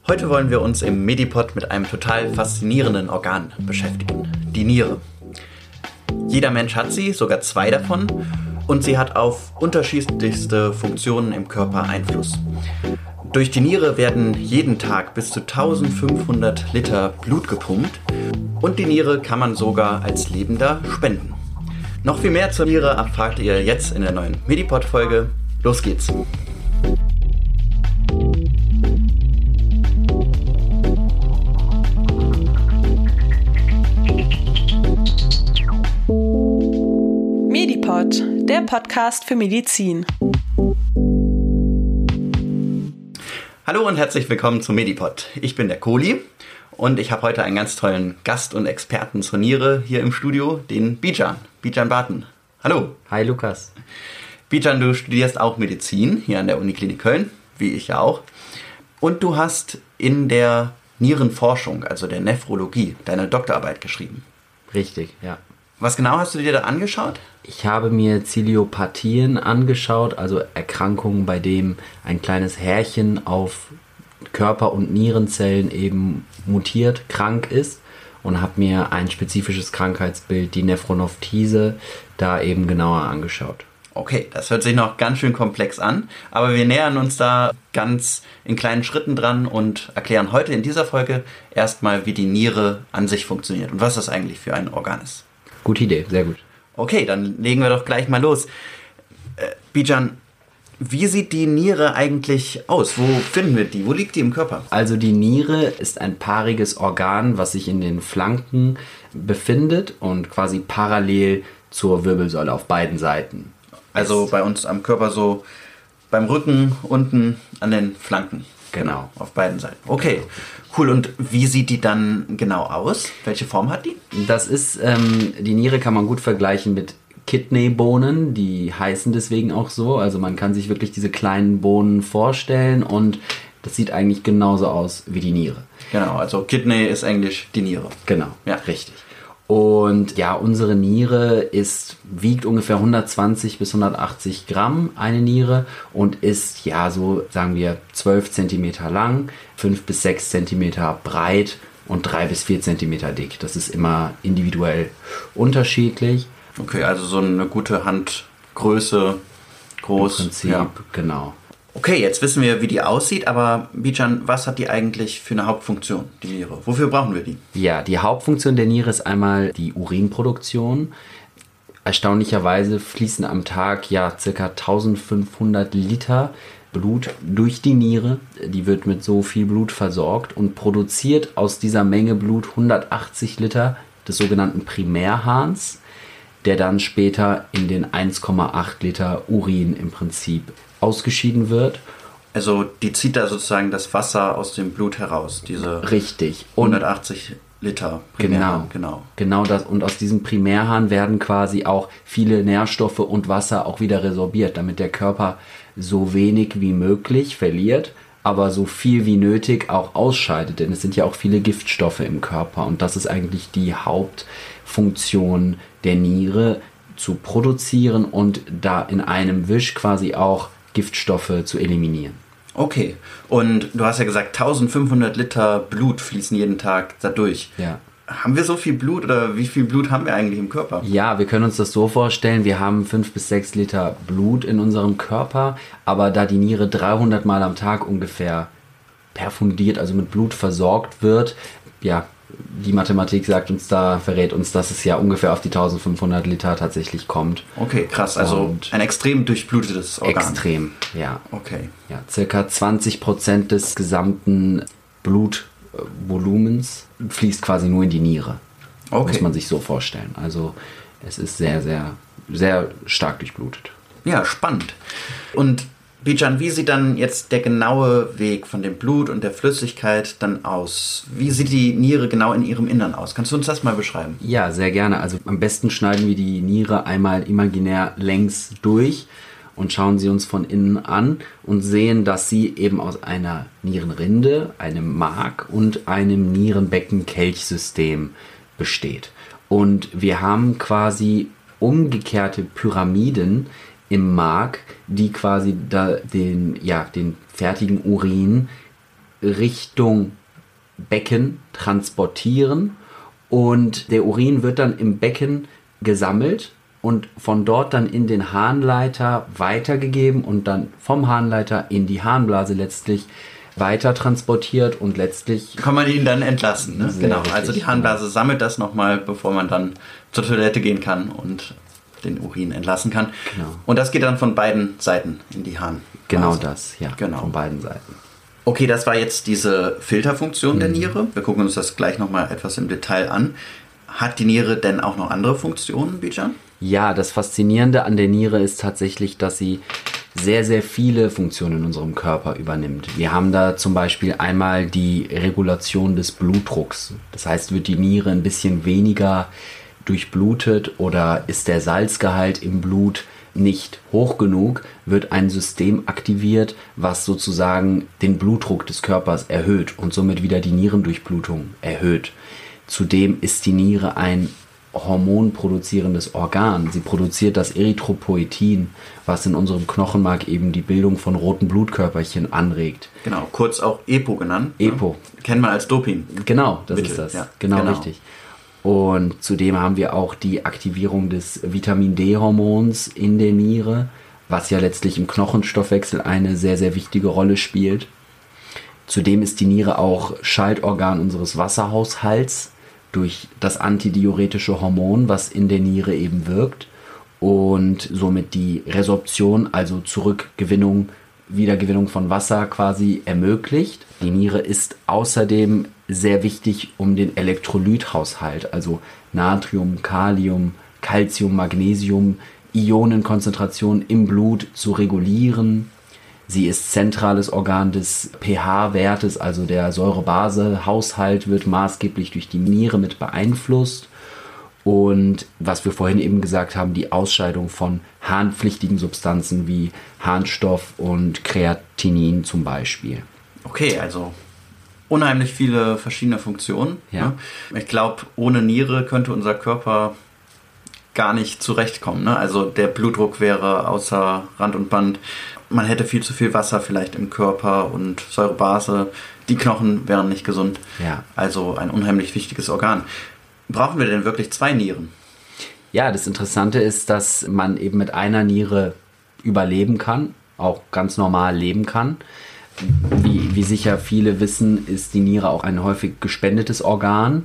Heute wollen wir uns im Medipod mit einem total faszinierenden Organ beschäftigen, die Niere. Jeder Mensch hat sie, sogar 2 davon, und sie hat auf unterschiedlichste Funktionen im Körper Einfluss. Durch die Niere werden jeden Tag bis zu 1500 Liter Blut gepumpt und die Niere kann man sogar als Lebender spenden. Noch viel mehr zur Niere erfahrt ihr jetzt in der neuen Medipod-Folge. Los geht's! Medipod, der Podcast für Medizin. Hallo und herzlich willkommen zum Medipod. Ich bin der Kohli und ich habe heute einen ganz tollen Gast und Experten zur Niere hier im Studio, den Bijan Barton. Hallo. Hi Lukas. Bijan, du studierst auch Medizin hier an der Uniklinik Köln, wie ich ja auch. Und du hast in der Nierenforschung, also der Nephrologie, deine Doktorarbeit geschrieben. Richtig, ja. Was genau hast du dir da angeschaut? Ich habe mir Zeliopathien angeschaut, also Erkrankungen, bei denen ein kleines Härchen auf Körper- und Nierenzellen eben mutiert, krank ist, und habe mir ein spezifisches Krankheitsbild, die Nephronophtise, da eben genauer angeschaut. Okay, das hört sich noch ganz schön komplex an, aber wir nähern uns da ganz in kleinen Schritten dran und erklären heute in dieser Folge erstmal, wie die Niere an sich funktioniert und was das eigentlich für ein Organ ist. Gute Idee, sehr gut. Okay, dann legen wir doch gleich mal los. Bijan, wie sieht die Niere eigentlich aus? Wo finden wir die? Wo liegt die im Körper? Also die Niere ist ein paariges Organ, was sich in den Flanken befindet und quasi parallel zur Wirbelsäule auf beiden Seiten. Also bei uns am Körper so beim Rücken, unten an den Flanken. Genau. Auf beiden Seiten. Okay, cool. Und wie sieht die dann genau aus? Welche Form hat die? Das ist, die Niere kann man gut vergleichen mit Kidneybohnen, die heißen deswegen auch so. Also man kann sich wirklich diese kleinen Bohnen vorstellen und das sieht eigentlich genauso aus wie die Niere. Genau, also Kidney ist Englisch die Niere. Genau, ja, richtig. Und ja, unsere Niere wiegt ungefähr 120 bis 180 Gramm, eine Niere, und ist, ja, so sagen wir 12 Zentimeter lang, 5 bis 6 Zentimeter breit und 3 bis 4 Zentimeter dick. Das ist immer individuell unterschiedlich. Okay, also so eine gute Handgröße, groß. Im Prinzip, ja. Genau. Okay, jetzt wissen wir, wie die aussieht, aber Bijan, was hat die eigentlich für eine Hauptfunktion, die Niere? Wofür brauchen wir die? Ja, die Hauptfunktion der Niere ist einmal die Urinproduktion. Erstaunlicherweise fließen am Tag ja ca. 1500 Liter Blut durch die Niere. Die wird mit so viel Blut versorgt und produziert aus dieser Menge Blut 180 Liter des sogenannten Primärharns, der dann später in den 1,8 Liter Urin im Prinzip ausgeschieden wird. Also die zieht da sozusagen das Wasser aus dem Blut heraus, diese richtig. 180 Liter Primärhahn. Genau das. Und aus diesem Primärhahn werden quasi auch viele Nährstoffe und Wasser auch wieder resorbiert, damit der Körper so wenig wie möglich verliert, aber so viel wie nötig auch ausscheidet. Denn es sind ja auch viele Giftstoffe im Körper und das ist eigentlich die Hauptfunktion der Niere, zu produzieren und da in einem Wisch quasi auch Giftstoffe zu eliminieren. Okay, und du hast ja gesagt, 1500 Liter Blut fließen jeden Tag da durch. Ja. Haben wir so viel Blut oder wie viel Blut haben wir eigentlich im Körper? Ja, wir können uns das so vorstellen, wir haben 5 bis 6 Liter Blut in unserem Körper, aber da die Niere 300 Mal am Tag ungefähr perfundiert, also mit Blut versorgt wird, ja, die Mathematik verrät uns, dass es ja ungefähr auf die 1500 Liter tatsächlich kommt. Okay, krass. Also und ein extrem durchblutetes Organ. Extrem, ja. Okay. Ja, circa 20% des gesamten Blutvolumens fließt quasi nur in die Niere. Okay. Muss man sich so vorstellen. Also es ist sehr, sehr, sehr stark durchblutet. Ja, spannend. Und Bijan, wie sieht dann jetzt der genaue Weg von dem Blut und der Flüssigkeit dann aus? Wie sieht die Niere genau in ihrem Innern aus? Kannst du uns das mal beschreiben? Ja, sehr gerne. Also am besten schneiden wir die Niere einmal imaginär längs durch und schauen sie uns von innen an und sehen, dass sie eben aus einer Nierenrinde, einem Mark und einem Nierenbecken-Kelchsystem besteht. Und wir haben quasi umgekehrte Pyramiden im Mark, die quasi den fertigen Urin Richtung Becken transportieren und der Urin wird dann im Becken gesammelt und von dort dann in den Harnleiter weitergegeben und dann vom Harnleiter in die Harnblase letztlich weiter transportiert und letztlich kann man ihn dann entlassen. Ne? Genau, richtig, also die Harnblase sammelt das nochmal, bevor man dann zur Toilette gehen kann und den Urin entlassen kann. Genau. Und das geht dann von beiden Seiten in die Harnblase. Genau das, ja, genau. Von beiden Seiten. Okay, das war jetzt diese Filterfunktion der Niere. Wir gucken uns das gleich nochmal etwas im Detail an. Hat die Niere denn auch noch andere Funktionen, Bijan? Ja, das Faszinierende an der Niere ist tatsächlich, dass sie sehr, sehr viele Funktionen in unserem Körper übernimmt. Wir haben da zum Beispiel einmal die Regulation des Blutdrucks. Das heißt, wird die Niere ein bisschen weniger durchblutet oder ist der Salzgehalt im Blut nicht hoch genug, wird ein System aktiviert, was sozusagen den Blutdruck des Körpers erhöht und somit wieder die Nierendurchblutung erhöht. Zudem ist die Niere ein hormonproduzierendes Organ. Sie produziert das Erythropoietin, was in unserem Knochenmark eben die Bildung von roten Blutkörperchen anregt. Genau, kurz auch EPO genannt. EPO. Ne? Kennt man als Doping. Genau, das Mittel. ist das. Ja, genau richtig. Und zudem haben wir auch die Aktivierung des Vitamin D-Hormons in der Niere, was ja letztlich im Knochenstoffwechsel eine sehr, sehr wichtige Rolle spielt. Zudem ist die Niere auch Schaltorgan unseres Wasserhaushalts durch das antidiuretische Hormon, was in der Niere eben wirkt und somit die Resorption, also Zurückgewinnung, Wiedergewinnung von Wasser quasi ermöglicht. Die Niere ist außerdem sehr wichtig, um den Elektrolythaushalt, also Natrium, Kalium, Calcium, Magnesium, Ionenkonzentration im Blut zu regulieren. Sie ist zentrales Organ des pH-Wertes, also der Säure-Base-Haushalt wird maßgeblich durch die Niere mit beeinflusst. Und was wir vorhin eben gesagt haben, die Ausscheidung von harnpflichtigen Substanzen wie Harnstoff und Kreatinin zum Beispiel. Okay, also unheimlich viele verschiedene Funktionen. Ja. Ne? Ich glaube, ohne Niere könnte unser Körper gar nicht zurechtkommen. Ne? Also der Blutdruck wäre außer Rand und Band. Man hätte viel zu viel Wasser vielleicht im Körper und Säurebase. Die Knochen wären nicht gesund. Ja. Also ein unheimlich wichtiges Organ. Brauchen wir denn wirklich 2 Nieren? Ja, das Interessante ist, dass man eben mit einer Niere überleben kann, auch ganz normal leben kann. Wie sicher viele wissen, ist die Niere auch ein häufig gespendetes Organ.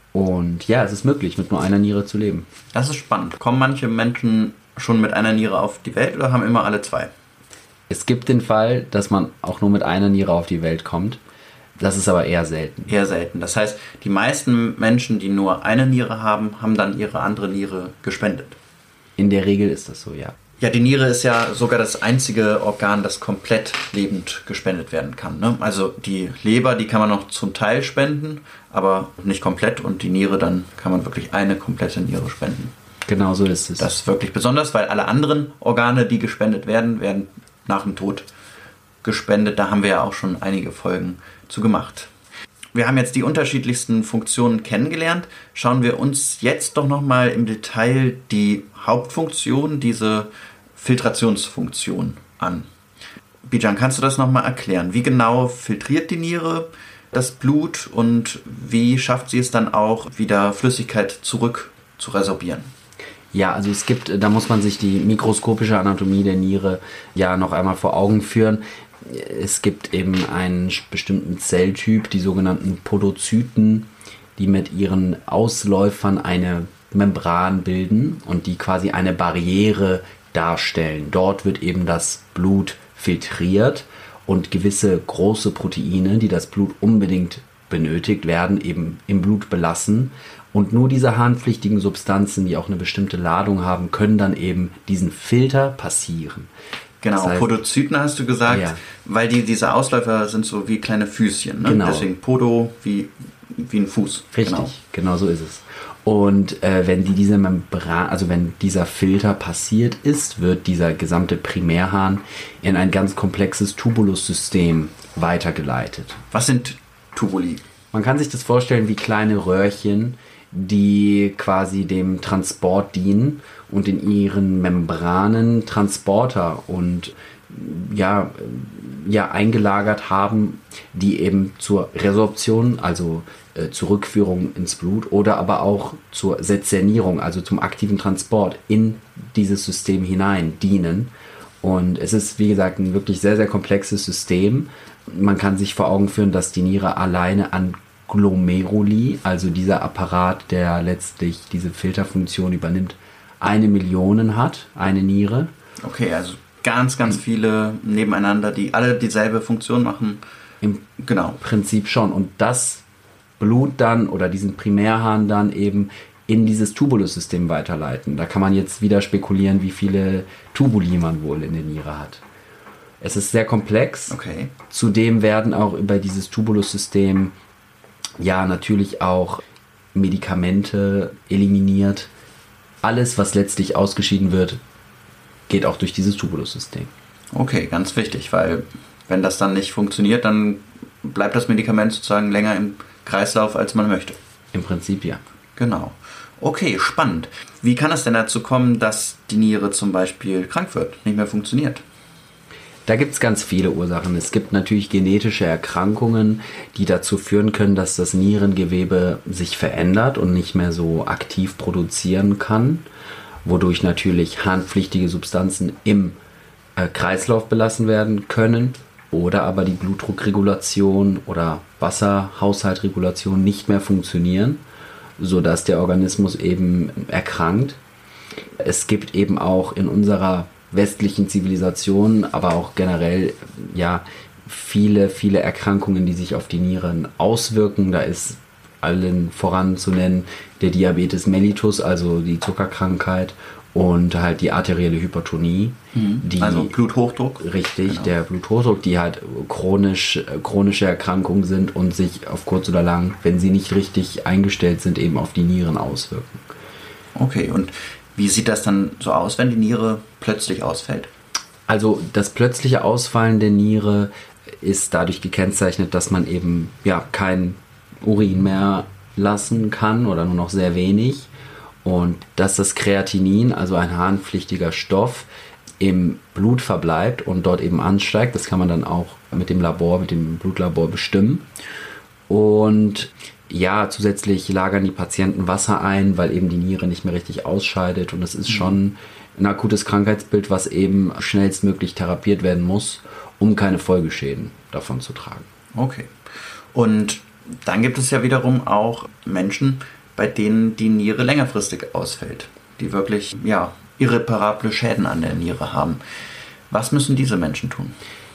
Und ja, es ist möglich, mit nur einer Niere zu leben. Das ist spannend. Kommen manche Menschen schon mit einer Niere auf die Welt oder haben immer alle 2? Es gibt den Fall, dass man auch nur mit einer Niere auf die Welt kommt. Das ist aber eher selten. Eher selten. Das heißt, die meisten Menschen, die nur eine Niere haben, haben dann ihre andere Niere gespendet. In der Regel ist das so, ja. Ja, die Niere ist ja sogar das einzige Organ, das komplett lebend gespendet werden kann. Ne? Also die Leber, die kann man noch zum Teil spenden, aber nicht komplett. Und die Niere, dann kann man wirklich eine komplette Niere spenden. Genau so ist es. Das ist wirklich besonders, weil alle anderen Organe, die gespendet werden, werden nach dem Tod gespendet. Da haben wir ja auch schon einige Folgen zu gemacht. Wir haben jetzt die unterschiedlichsten Funktionen kennengelernt. Schauen wir uns jetzt doch nochmal im Detail die Hauptfunktion, diese Filtrationsfunktion an. Bijan, kannst du das nochmal erklären? Wie genau filtriert die Niere das Blut und wie schafft sie es dann auch, wieder Flüssigkeit zurück zu resorbieren? Ja, also es gibt, da muss man sich die mikroskopische Anatomie der Niere ja noch einmal vor Augen führen. Es gibt eben einen bestimmten Zelltyp, die sogenannten Podozyten, die mit ihren Ausläufern eine Membran bilden und die quasi eine Barriere darstellen. Dort wird eben das Blut filtriert und gewisse große Proteine, die das Blut unbedingt benötigt, werden eben im Blut belassen. Und nur diese harnpflichtigen Substanzen, die auch eine bestimmte Ladung haben, können dann eben diesen Filter passieren. Genau, Das heißt, Podozyten hast du gesagt, ja. weil diese Ausläufer sind so wie kleine Füßchen. Ne? Genau. Deswegen Podo wie ein Fuß. Richtig, genau so ist es. Und wenn diese Membran, also wenn dieser Filter passiert ist, wird dieser gesamte Primärhahn in ein ganz komplexes Tubulussystem weitergeleitet. Was sind Tubuli? Man kann sich das vorstellen wie kleine Röhrchen, die quasi dem Transport dienen und in ihren Membranen Transporter und ja, eingelagert haben, die eben zur Resorption, also zur Rückführung ins Blut oder aber auch zur Sezernierung, also zum aktiven Transport in dieses System hinein dienen. Und es ist, wie gesagt, ein wirklich sehr, sehr komplexes System. Man kann sich vor Augen führen, dass die Niere alleine an Glomeruli, also dieser Apparat, der letztlich diese Filterfunktion übernimmt, 1 Million hat, eine Niere. Okay, also ganz, ganz viele nebeneinander, die alle dieselbe Funktion machen. Im Prinzip schon. Und das Blut dann oder diesen Primärhahn dann eben in dieses Tubulussystem weiterleiten. Da kann man jetzt wieder spekulieren, wie viele Tubuli man wohl in der Niere hat. Es ist sehr komplex. Okay. Zudem werden auch über dieses Tubulussystem natürlich auch Medikamente eliminiert. Alles, was letztlich ausgeschieden wird, geht auch durch dieses Tubulussystem. Okay, ganz wichtig, weil wenn das dann nicht funktioniert, dann bleibt das Medikament sozusagen länger im Kreislauf, als man möchte. Im Prinzip ja. Genau. Okay, spannend. Wie kann es denn dazu kommen, dass die Niere zum Beispiel krank wird, nicht mehr funktioniert? Da gibt es ganz viele Ursachen. Es gibt natürlich genetische Erkrankungen, die dazu führen können, dass das Nierengewebe sich verändert und nicht mehr so aktiv produzieren kann, wodurch natürlich harnpflichtige Substanzen im Kreislauf belassen werden können oder aber die Blutdruckregulation oder Wasserhaushaltregulation nicht mehr funktionieren, sodass der Organismus eben erkrankt. Es gibt eben auch in unserer westlichen Zivilisation, aber auch generell viele, viele Erkrankungen, die sich auf die Nieren auswirken. Da ist allen voran zu nennen der Diabetes mellitus, also die Zuckerkrankheit, und halt die arterielle Hypertonie. Also Bluthochdruck. Richtig, genau. Der Bluthochdruck, die halt chronische Erkrankungen sind und sich auf kurz oder lang, wenn sie nicht richtig eingestellt sind, eben auf die Nieren auswirken. Okay, und wie sieht das dann so aus, wenn die Niere plötzlich ausfällt? Also das plötzliche Ausfallen der Niere ist dadurch gekennzeichnet, dass man eben kein Urin mehr lassen kann oder nur noch sehr wenig. Und dass das Kreatinin, also ein harnpflichtiger Stoff, im Blut verbleibt und dort eben ansteigt. Das kann man dann auch mit dem Blutlabor bestimmen. Und zusätzlich lagern die Patienten Wasser ein, weil eben die Niere nicht mehr richtig ausscheidet. Und das ist schon ein akutes Krankheitsbild, was eben schnellstmöglich therapiert werden muss, um keine Folgeschäden davon zu tragen. Okay. Und dann gibt es ja wiederum auch Menschen, bei denen die Niere längerfristig ausfällt, die wirklich irreparable Schäden an der Niere haben. Was müssen diese Menschen tun?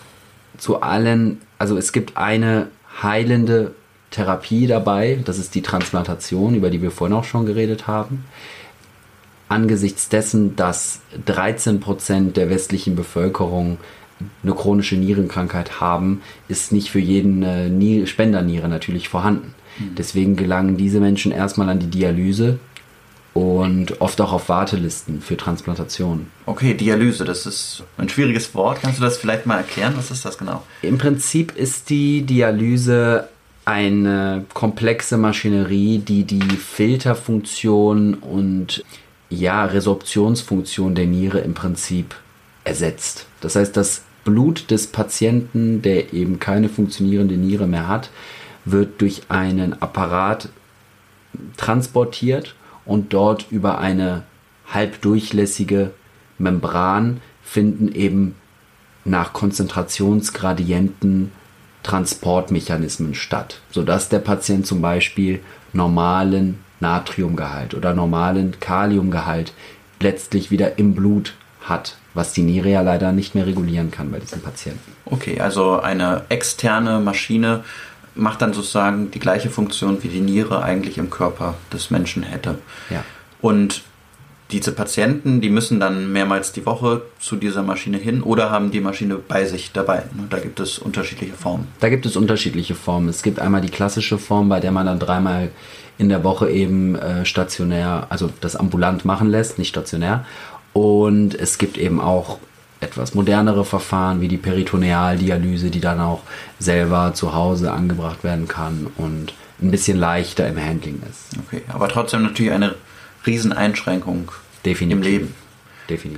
Also es gibt eine heilende Therapie dabei, das ist die Transplantation, über die wir vorhin auch schon geredet haben. Angesichts dessen, dass 13% der westlichen Bevölkerung eine chronische Nierenkrankheit haben, ist nicht für jeden Spenderniere natürlich vorhanden. Deswegen gelangen diese Menschen erstmal an die Dialyse und oft auch auf Wartelisten für Transplantationen. Okay, Dialyse, das ist ein schwieriges Wort. Kannst du das vielleicht mal erklären? Was ist das genau? Im Prinzip ist die Dialyse eine komplexe Maschinerie, die die Filterfunktion und Resorptionsfunktion der Niere im Prinzip ersetzt. Das heißt, das Blut des Patienten, der eben keine funktionierende Niere mehr hat, wird durch einen Apparat transportiert und dort über eine halbdurchlässige Membran finden eben nach Konzentrationsgradienten Transportmechanismen statt, sodass der Patient zum Beispiel normalen Natriumgehalt oder normalen Kaliumgehalt letztlich wieder im Blut hat, was die Niere ja leider nicht mehr regulieren kann bei diesem Patienten. Okay, also eine externe Maschine macht dann sozusagen die gleiche Funktion, wie die Niere eigentlich im Körper des Menschen hätte. Ja. Und diese Patienten, die müssen dann mehrmals die Woche zu dieser Maschine hin oder haben die Maschine bei sich dabei. Da gibt es unterschiedliche Formen. Es gibt einmal die klassische Form, bei der man dann 3-mal in der Woche eben stationär, also das ambulant machen lässt, nicht stationär. Und es gibt eben auch etwas modernere Verfahren wie die Peritonealdialyse, die dann auch selber zu Hause angebracht werden kann und ein bisschen leichter im Handling ist. Okay, aber trotzdem natürlich eine Rieseneinschränkung Definitiv. im Leben. Definitiv. Genau.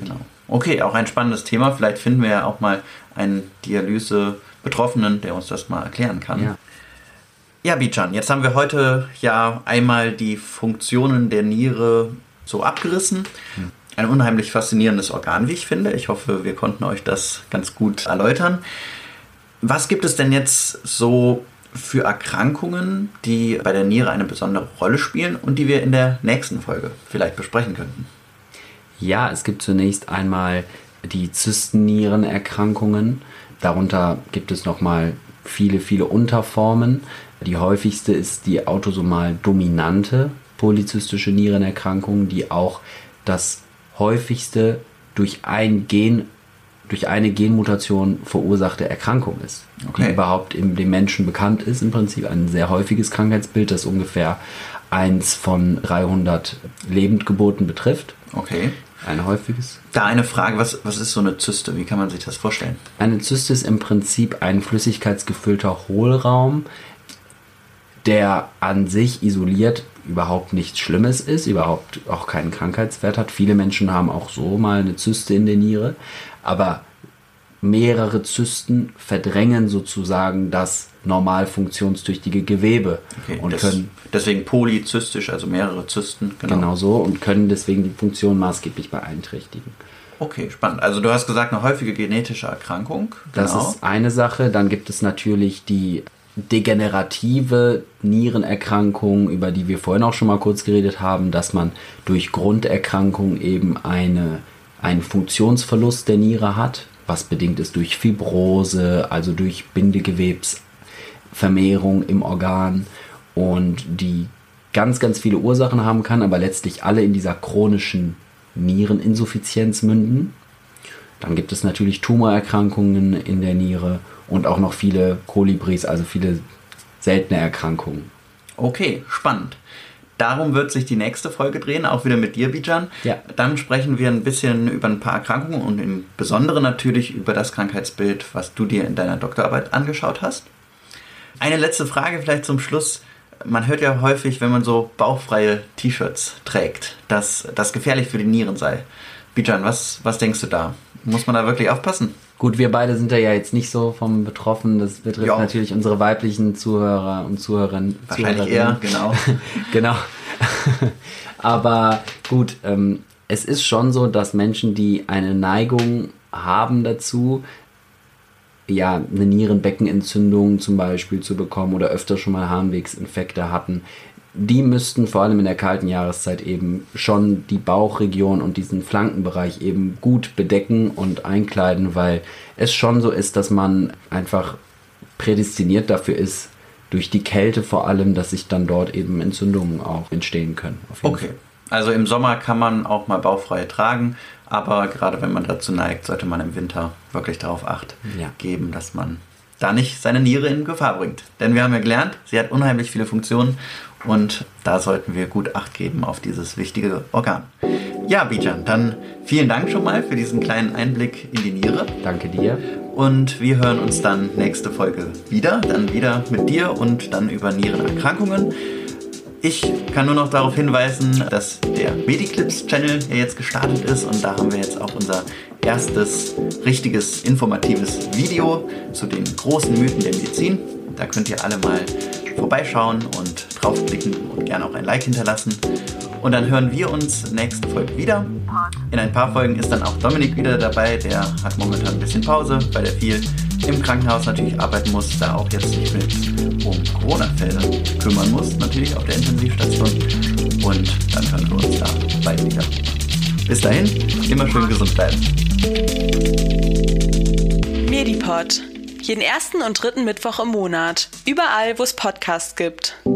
Okay, auch ein spannendes Thema. Vielleicht finden wir ja auch mal einen Dialyse-Betroffenen, der uns das mal erklären kann. Ja, Bijan, jetzt haben wir heute ja einmal die Funktionen der Niere so abgerissen. Ein unheimlich faszinierendes Organ, wie ich finde. Ich hoffe, wir konnten euch das ganz gut erläutern. Was gibt es denn jetzt so für Erkrankungen, die bei der Niere eine besondere Rolle spielen und die wir in der nächsten Folge vielleicht besprechen könnten? Ja, es gibt zunächst einmal die Zystennierenerkrankungen. Darunter gibt es nochmal viele Unterformen. Die häufigste ist die autosomal dominante polyzystische Nierenerkrankung, die auch das häufigste durch eine Genmutation verursachte Erkrankung ist, die überhaupt dem Menschen bekannt ist. Im Prinzip ein sehr häufiges Krankheitsbild, das ungefähr 1 von 300 Lebendgeburten betrifft. Okay. Ein häufiges. Da eine Frage, was ist so eine Zyste? Wie kann man sich das vorstellen? Eine Zyste ist im Prinzip ein flüssigkeitsgefüllter Hohlraum, der an sich isoliert überhaupt nichts Schlimmes ist, überhaupt auch keinen Krankheitswert hat. Viele Menschen haben auch so mal eine Zyste in der Niere, aber mehrere Zysten verdrängen sozusagen das normal funktionstüchtige Gewebe. Okay, und deswegen polyzystisch, also mehrere Zysten. Genau so, und können deswegen die Funktion maßgeblich beeinträchtigen. Okay, spannend. Also du hast gesagt, eine häufige genetische Erkrankung. Das ist eine Sache. Dann gibt es natürlich die degenerative Nierenerkrankung, über die wir vorhin auch schon mal kurz geredet haben, dass man durch Grunderkrankung eben einen Funktionsverlust der Niere hat, was bedingt ist durch Fibrose, also durch Bindegewebsvermehrung im Organ, und die ganz viele Ursachen haben kann, aber letztlich alle in dieser chronischen Niereninsuffizienz münden. Dann gibt es natürlich Tumorerkrankungen in der Niere und auch noch viele Kolibris, also viele seltene Erkrankungen. Okay, spannend. Darum wird sich die nächste Folge drehen, auch wieder mit dir, Bijan. Ja. Dann sprechen wir ein bisschen über ein paar Erkrankungen und im Besonderen natürlich über das Krankheitsbild, was du dir in deiner Doktorarbeit angeschaut hast. Eine letzte Frage vielleicht zum Schluss. Man hört ja häufig, wenn man so bauchfreie T-Shirts trägt, dass das gefährlich für die Nieren sei. Bijan, was denkst du da? Muss man da wirklich aufpassen? Gut, wir beide sind da ja jetzt nicht so vom betroffen. Das betrifft natürlich unsere weiblichen Zuhörer und Zuhörerinnen. Wahrscheinlich eher, genau. Genau. Aber gut, es ist schon so, dass Menschen, die eine Neigung haben dazu, ja, eine Nierenbeckenentzündung zum Beispiel zu bekommen oder öfter schon mal Harnwegsinfekte hatten, die müssten vor allem in der kalten Jahreszeit eben schon die Bauchregion und diesen Flankenbereich eben gut bedecken und einkleiden, weil es schon so ist, dass man einfach prädestiniert dafür ist, durch die Kälte vor allem, dass sich dann dort eben Entzündungen auch entstehen können. Okay, also im Sommer kann man auch mal bauchfrei tragen, aber gerade wenn man dazu neigt, sollte man im Winter wirklich darauf Acht geben, dass man da nicht seine Niere in Gefahr bringt. Denn wir haben ja gelernt, sie hat unheimlich viele Funktionen und da sollten wir gut Acht geben auf dieses wichtige Organ. Ja, Bijan, dann vielen Dank schon mal für diesen kleinen Einblick in die Niere. Danke dir. Und wir hören uns dann nächste Folge wieder. Dann wieder mit dir und dann über Nierenerkrankungen. Ich kann nur noch darauf hinweisen, dass der Mediclips-Channel ja jetzt gestartet ist und da haben wir jetzt auch unser erstes richtiges informatives Video zu den großen Mythen der Medizin. Da könnt ihr alle mal vorbeischauen und draufklicken und gerne auch ein Like hinterlassen. Und dann hören wir uns nächste Folge wieder. In ein paar Folgen ist dann auch Dominik wieder dabei. Der hat momentan ein bisschen Pause, weil er viel im Krankenhaus natürlich arbeiten muss, da auch jetzt sich mit um Corona-Fälle kümmern muss, natürlich auf der Intensivstation. Und dann hören wir uns da bald wieder. Bis dahin, immer schön gesund bleiben. Medipod. Jeden ersten und dritten Mittwoch im Monat. Überall, wo es Podcasts gibt.